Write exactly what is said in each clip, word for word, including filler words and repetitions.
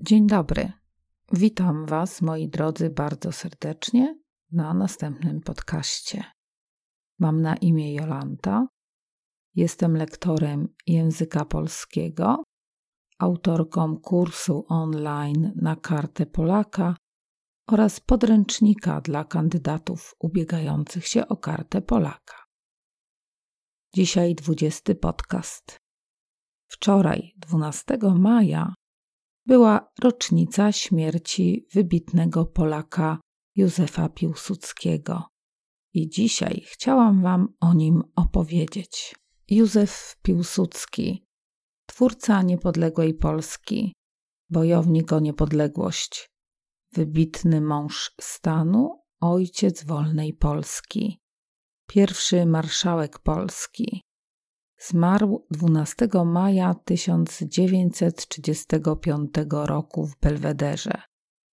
Dzień dobry. Witam Was, moi drodzy, bardzo serdecznie na następnym podcaście. Mam na imię Jolanta. Jestem lektorem języka polskiego, autorką kursu online na kartę Polaka oraz podręcznika dla kandydatów ubiegających się o kartę Polaka. Dzisiaj dwudziesty podcast. Wczoraj, dwunastego maja, była rocznica śmierci wybitnego Polaka Józefa Piłsudskiego i dzisiaj chciałam Wam o nim opowiedzieć. Józef Piłsudski, twórca niepodległej Polski, bojownik o niepodległość, wybitny mąż stanu, ojciec wolnej Polski, pierwszy marszałek Polski. Zmarł dwunastego maja tysiąc dziewięćset trzydziestego piątego roku w Belwederze.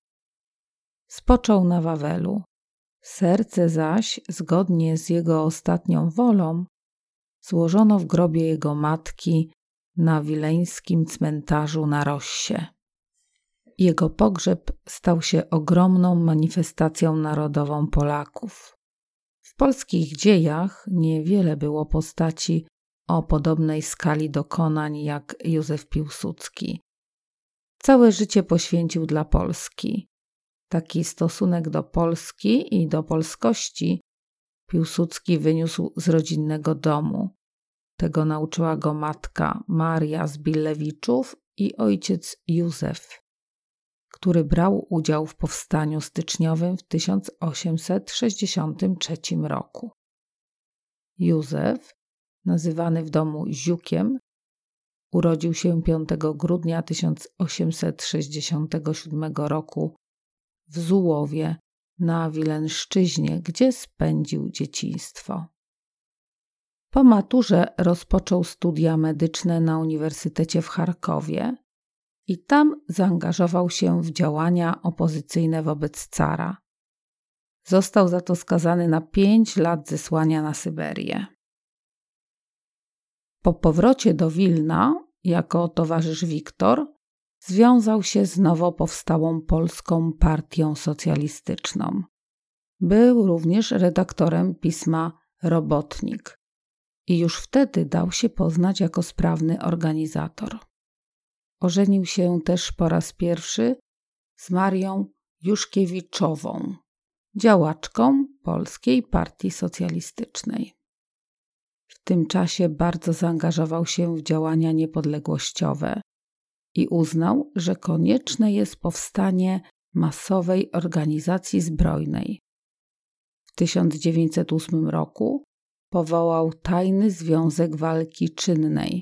Spoczął na Wawelu. Serce zaś, zgodnie z jego ostatnią wolą, złożono w grobie jego matki na wileńskim cmentarzu na Rossie. Jego pogrzeb stał się ogromną manifestacją narodową Polaków. W polskich dziejach niewiele było postaci o podobnej skali dokonań jak Józef Piłsudski. Całe życie poświęcił dla Polski. Taki stosunek do Polski i do polskości Piłsudski wyniósł z rodzinnego domu. Tego nauczyła go matka Maria z Billewiczów i ojciec Józef, który brał udział w powstaniu styczniowym w tysiąc osiemset sześćdziesiątym trzecim roku. Józef, nazywany w domu Ziukiem, urodził się piątego grudnia tysiąc osiemset sześćdziesiątego siódmego roku w Zułowie na Wileńszczyźnie, gdzie spędził dzieciństwo. Po maturze rozpoczął studia medyczne na Uniwersytecie w Charkowie i tam zaangażował się w działania opozycyjne wobec cara. Został za to skazany na pięć lat zesłania na Syberię. Po powrocie do Wilna, jako towarzysz Wiktor, związał się z nowo powstałą Polską Partią Socjalistyczną. Był również redaktorem pisma Robotnik i już wtedy dał się poznać jako sprawny organizator. Ożenił się też po raz pierwszy z Marią Juszkiewiczową, działaczką Polskiej Partii Socjalistycznej. W tym czasie bardzo zaangażował się w działania niepodległościowe i uznał, że konieczne jest powstanie masowej organizacji zbrojnej. W tysiąc dziewięćset ósmym roku powołał Tajny Związek Walki Czynnej.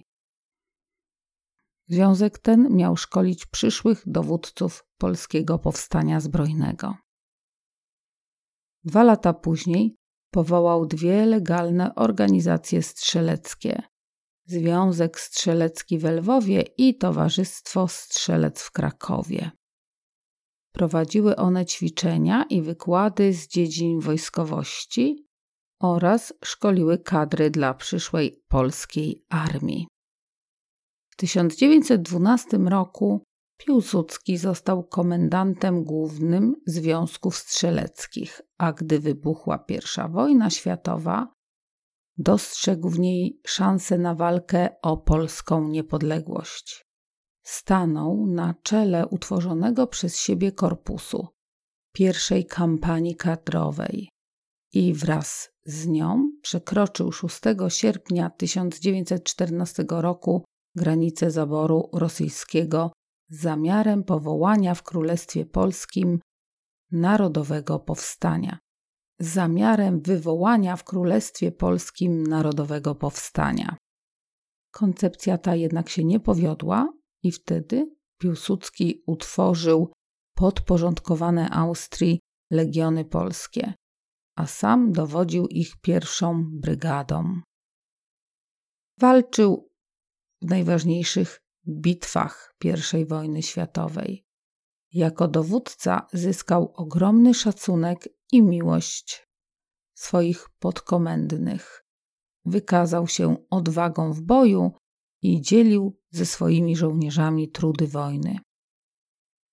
Związek ten miał szkolić przyszłych dowódców polskiego powstania zbrojnego. Dwa lata później powołał dwie legalne organizacje strzeleckie: Związek Strzelecki w Lwowie i Towarzystwo Strzelec w Krakowie. Prowadziły one ćwiczenia i wykłady z dziedzin wojskowości oraz szkoliły kadry dla przyszłej polskiej armii. W tysiąc dziewięćset dwunastym roku Piłsudski został komendantem głównym Związków Strzeleckich, a gdy wybuchła pierwsza wojna światowa, dostrzegł w niej szansę na walkę o polską niepodległość. Stanął na czele utworzonego przez siebie korpusu, pierwszej kampanii kadrowej i wraz z nią przekroczył szóstego sierpnia tysiąc dziewięćset czternastego roku granicę zaboru rosyjskiego z zamiarem powołania w Królestwie Polskim Narodowego Powstania. Z zamiarem wywołania w Królestwie Polskim Narodowego Powstania. Koncepcja ta jednak się nie powiodła i wtedy Piłsudski utworzył podporządkowane Austrii legiony polskie, a sam dowodził ich pierwszą brygadą. Walczył w najważniejszych bitwach pierwszej wojny światowej. Jako dowódca zyskał ogromny szacunek i miłość swoich podkomendnych. Wykazał się odwagą w boju i dzielił ze swoimi żołnierzami trudy wojny.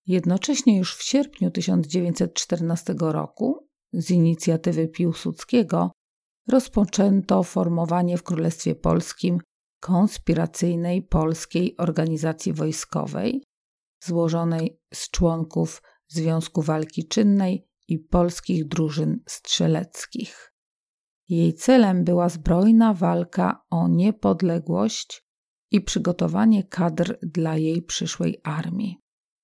Jednocześnie już w sierpniu tysiąc dziewięćset czternastego roku z inicjatywy Piłsudskiego rozpoczęto formowanie w Królestwie Polskim konspiracyjnej polskiej organizacji wojskowej złożonej z członków Związku Walki Czynnej i polskich drużyn strzeleckich. Jej celem była zbrojna walka o niepodległość i przygotowanie kadr dla jej przyszłej armii.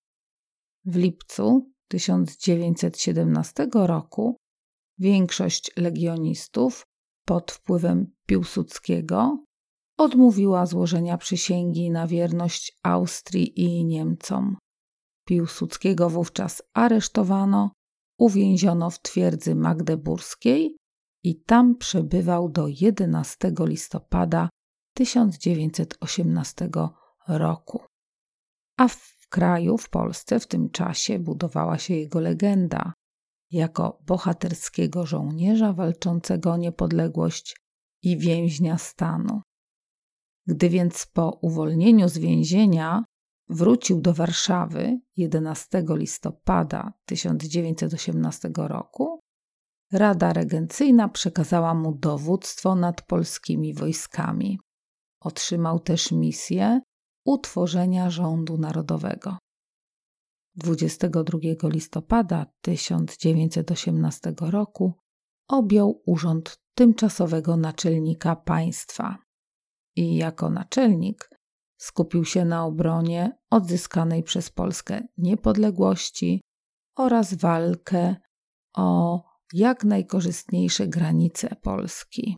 W lipcu tysiąc dziewięćset siedemnastego roku większość legionistów pod wpływem Piłsudskiego odmówiła złożenia przysięgi na wierność Austrii i Niemcom. Piłsudskiego wówczas aresztowano, uwięziono w twierdzy magdeburskiej i tam przebywał do jedenastego listopada tysiąc dziewięćset osiemnastego roku. A w kraju, w Polsce w tym czasie budowała się jego legenda jako bohaterskiego żołnierza walczącego o niepodległość i więźnia stanu. Gdy więc po uwolnieniu z więzienia wrócił do Warszawy jedenastego listopada tysiąc dziewięćset osiemnastego roku, Rada Regencyjna przekazała mu dowództwo nad polskimi wojskami. Otrzymał też misję utworzenia rządu narodowego. dwudziestego drugiego listopada tysiąc dziewięćset osiemnastego roku objął urząd tymczasowego naczelnika państwa i jako naczelnik skupił się na obronie odzyskanej przez Polskę niepodległości oraz walkę o jak najkorzystniejsze granice Polski.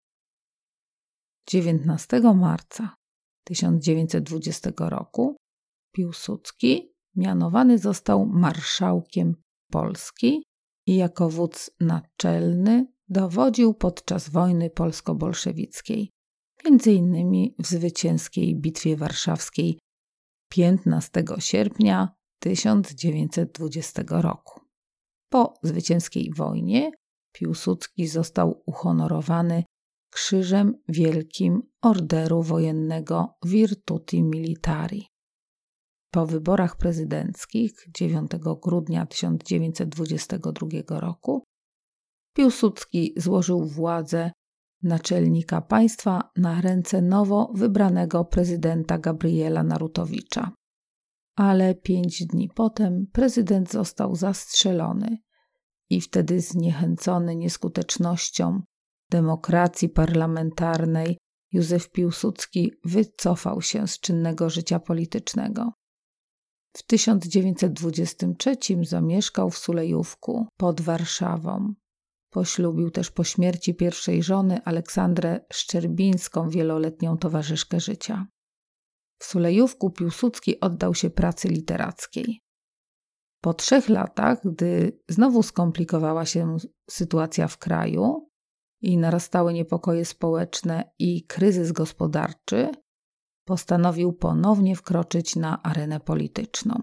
dziewiętnastego marca tysiąc dziewięćset dwudziestego roku Piłsudski mianowany został marszałkiem Polski i jako wódz naczelny dowodził podczas wojny polsko-bolszewickiej, między innymi w zwycięskiej Bitwie Warszawskiej piętnastego sierpnia tysiąc dziewięćset dwudziestego roku. Po zwycięskiej wojnie Piłsudski został uhonorowany Krzyżem Wielkim Orderu Wojennego Virtuti Militari. Po wyborach prezydenckich dziewiątego grudnia tysiąc dziewięćset dwudziestego drugiego roku Piłsudski złożył władzę naczelnika państwa na ręce nowo wybranego prezydenta Gabriela Narutowicza. Ale pięć dni potem prezydent został zastrzelony i wtedy zniechęcony nieskutecznością demokracji parlamentarnej Józef Piłsudski wycofał się z czynnego życia politycznego. W tysiąc dziewięćset dwudziestym trzecim zamieszkał w Sulejówku pod Warszawą. Poślubił też po śmierci pierwszej żony Aleksandrę Szczerbińską, wieloletnią towarzyszkę życia. W Sulejówku Piłsudski oddał się pracy literackiej. Po trzech latach, gdy znowu skomplikowała się sytuacja w kraju i narastały niepokoje społeczne i kryzys gospodarczy, postanowił ponownie wkroczyć na arenę polityczną.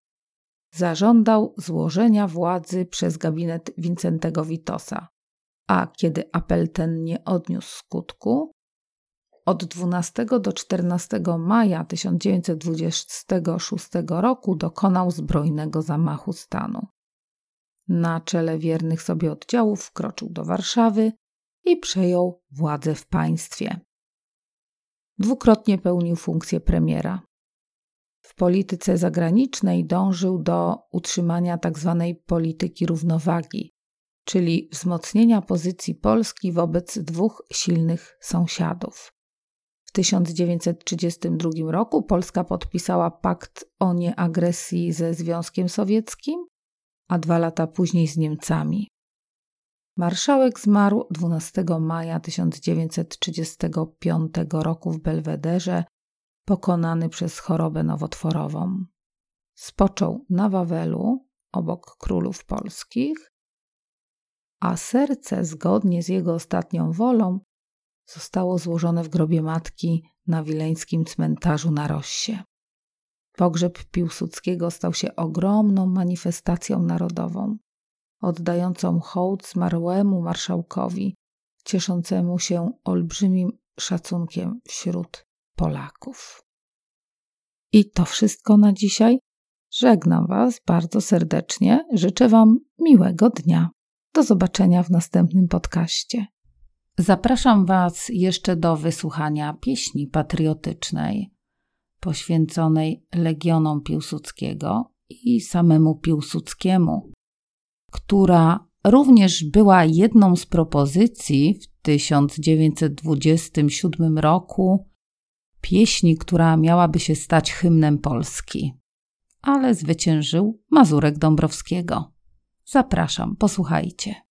Zażądał złożenia władzy przez gabinet Wincentego Witosa, a kiedy apel ten nie odniósł skutku, od dwunastego do czternastego maja tysiąc dziewięćset dwudziestego szóstego roku dokonał zbrojnego zamachu stanu. Na czele wiernych sobie oddziałów wkroczył do Warszawy i przejął władzę w państwie. Dwukrotnie pełnił funkcję premiera. W polityce zagranicznej dążył do utrzymania tzw. polityki równowagi, czyli wzmocnienia pozycji Polski wobec dwóch silnych sąsiadów. W tysiąc dziewięćset trzydziestym drugim roku Polska podpisała pakt o nieagresji ze Związkiem Sowieckim, a dwa lata później z Niemcami. Marszałek zmarł dwunastego maja tysiąc dziewięćset trzydziestego piątego roku w Belwederze, pokonany przez chorobę nowotworową. Spoczął na Wawelu obok królów polskich, a serce, zgodnie z jego ostatnią wolą, zostało złożone w grobie matki na wileńskim cmentarzu na Rossie. Pogrzeb Piłsudskiego stał się ogromną manifestacją narodową, oddającą hołd zmarłemu marszałkowi, cieszącemu się olbrzymim szacunkiem wśród Polaków. I to wszystko na dzisiaj. Żegnam Was bardzo serdecznie. Życzę Wam miłego dnia. Do zobaczenia w następnym podcaście. Zapraszam Was jeszcze do wysłuchania pieśni patriotycznej poświęconej Legionom Piłsudskiego i samemu Piłsudskiemu, która również była jedną z propozycji w tysiąc dziewięćset dwudziestym siódmym roku pieśni, która miałaby się stać hymnem Polski. Ale zwyciężył Mazurek Dąbrowskiego. Zapraszam, posłuchajcie.